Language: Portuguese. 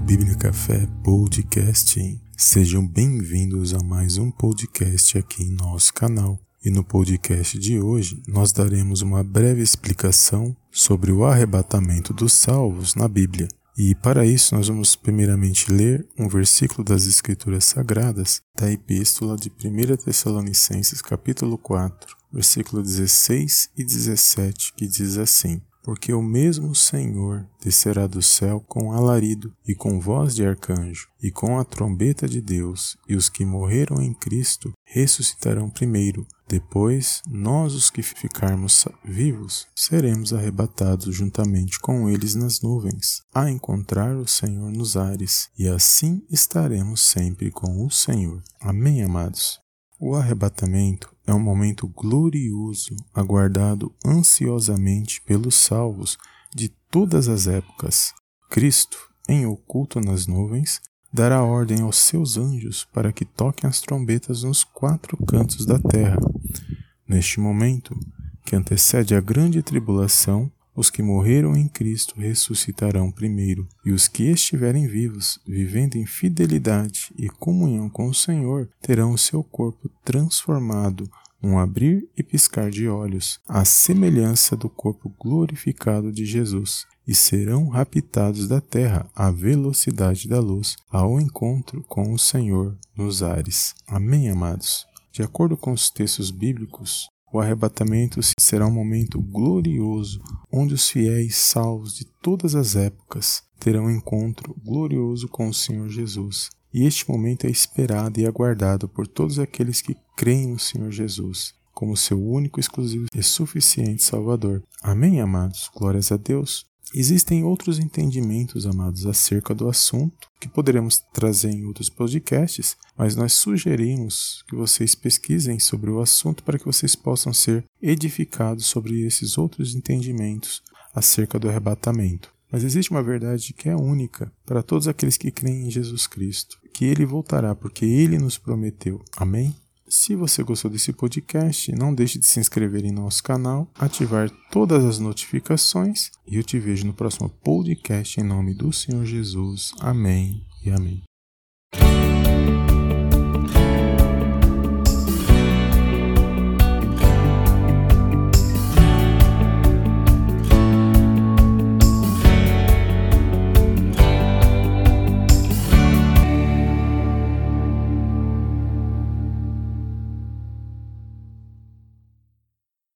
Bíblia Café Podcast. Sejam bem-vindos a mais um podcast aqui em nosso canal. E no podcast de hoje, nós daremos uma breve explicação sobre o arrebatamento dos salvos na Bíblia. E para isso, nós vamos primeiramente ler um versículo das Escrituras Sagradas da Epístola de 1 Tessalonicenses, capítulo 4, versículo 16 e 17, que diz assim: Porque o mesmo Senhor descerá do céu com alarido e com voz de arcanjo e com a trombeta de Deus, e os que morreram em Cristo ressuscitarão primeiro. Depois, nós os que ficarmos vivos, seremos arrebatados juntamente com eles nas nuvens, a encontrar o Senhor nos ares, e assim estaremos sempre com o Senhor. Amém, amados? O arrebatamento é um momento glorioso, aguardado ansiosamente pelos salvos de todas as épocas. Cristo, em oculto nas nuvens, dará ordem aos seus anjos para que toquem as trombetas nos 4 cantos da terra. Neste momento, que antecede a grande tribulação, os que morreram em Cristo ressuscitarão primeiro, e os que estiverem vivos, vivendo em fidelidade e comunhão com o Senhor, terão o seu corpo transformado num abrir e piscar de olhos, à semelhança do corpo glorificado de Jesus, e serão raptados da terra à velocidade da luz, ao encontro com o Senhor nos ares. Amém, amados? De acordo com os textos bíblicos, o arrebatamento será um momento glorioso, onde os fiéis salvos de todas as épocas terão um encontro glorioso com o Senhor Jesus. E este momento é esperado e aguardado por todos aqueles que creem no Senhor Jesus, como seu único, exclusivo e suficiente Salvador. Amém, amados? Glórias a Deus. Existem outros entendimentos, amados, acerca do assunto, que poderemos trazer em outros podcasts, mas nós sugerimos que vocês pesquisem sobre o assunto para que vocês possam ser edificados sobre esses outros entendimentos acerca do arrebatamento. Mas existe uma verdade que é única para todos aqueles que creem em Jesus Cristo, que Ele voltará porque Ele nos prometeu. Amém? Se você gostou desse podcast, não deixe de se inscrever em nosso canal, ativar todas as notificações e eu te vejo no próximo podcast em nome do Senhor Jesus. Amém e amém.